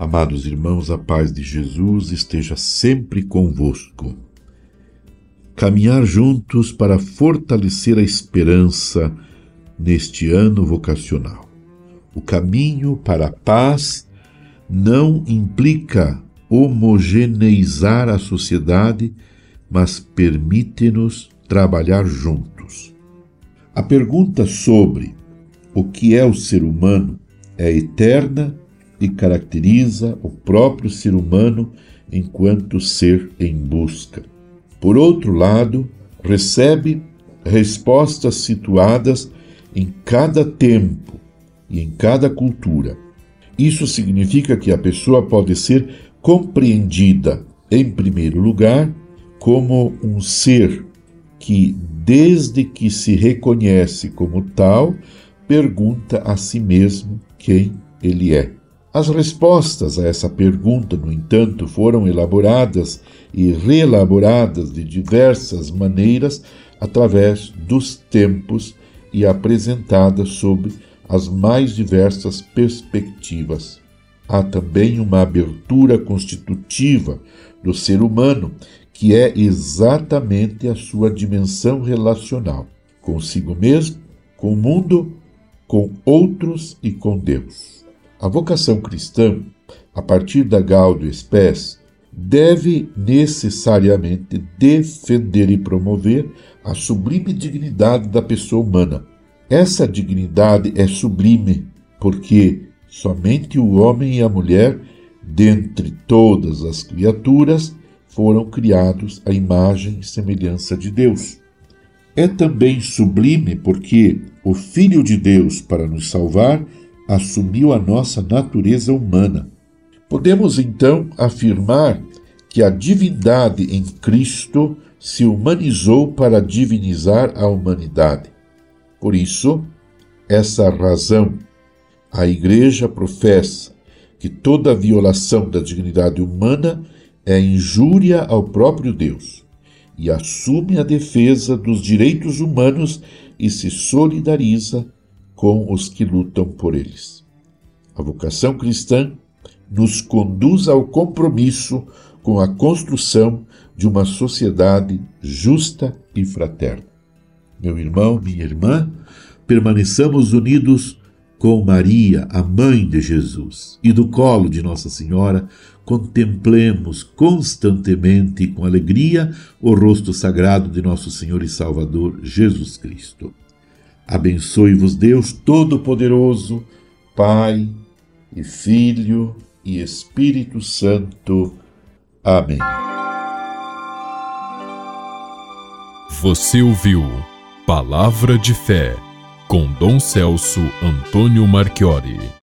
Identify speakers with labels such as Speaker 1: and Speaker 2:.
Speaker 1: Amados irmãos, a paz de Jesus esteja sempre convosco. Caminhar juntos para fortalecer a esperança neste ano vocacional. O caminho para a paz não implica homogeneizar a sociedade, mas permite-nos trabalhar juntos. A pergunta sobre o que é o ser humano é eterna e caracteriza o próprio ser humano enquanto ser em busca. Por outro lado, recebe respostas situadas em cada tempo e em cada cultura. Isso significa que a pessoa pode ser compreendida, em primeiro lugar, como um ser que, desde que se reconhece como tal, pergunta a si mesmo quem ele é. As respostas a essa pergunta, no entanto, foram elaboradas e reelaboradas de diversas maneiras através dos tempos e apresentadas sob as mais diversas perspectivas. Há também uma abertura constitutiva do ser humano, que é exatamente a sua dimensão relacional, consigo mesmo, com o mundo, com outros e com Deus. A vocação cristã, a partir da Gaudium Spes, deve necessariamente defender e promover a sublime dignidade da pessoa humana. Essa dignidade é sublime porque somente o homem e a mulher, dentre todas as criaturas, foram criados à imagem e semelhança de Deus. É também sublime porque o Filho de Deus, para nos salvar, assumiu a nossa natureza humana. Podemos, então, afirmar que a divindade em Cristo se humanizou para divinizar a humanidade. Por isso, essa razão, a Igreja professa que toda violação da dignidade humana é injúria ao próprio Deus e assume a defesa dos direitos humanos e se solidariza com os que lutam por eles. A vocação cristã nos conduz ao compromisso com a construção de uma sociedade justa e fraterna. Meu irmão, minha irmã, permaneçamos unidos com Maria, a mãe de Jesus, e do colo de Nossa Senhora contemplemos constantemente e com alegria o rosto sagrado de nosso Senhor e Salvador Jesus Cristo. Abençoe-vos Deus Todo-Poderoso, Pai e Filho e Espírito Santo. Amém.
Speaker 2: Você ouviu Palavra de Fé com Dom Celso Antônio Marchiori.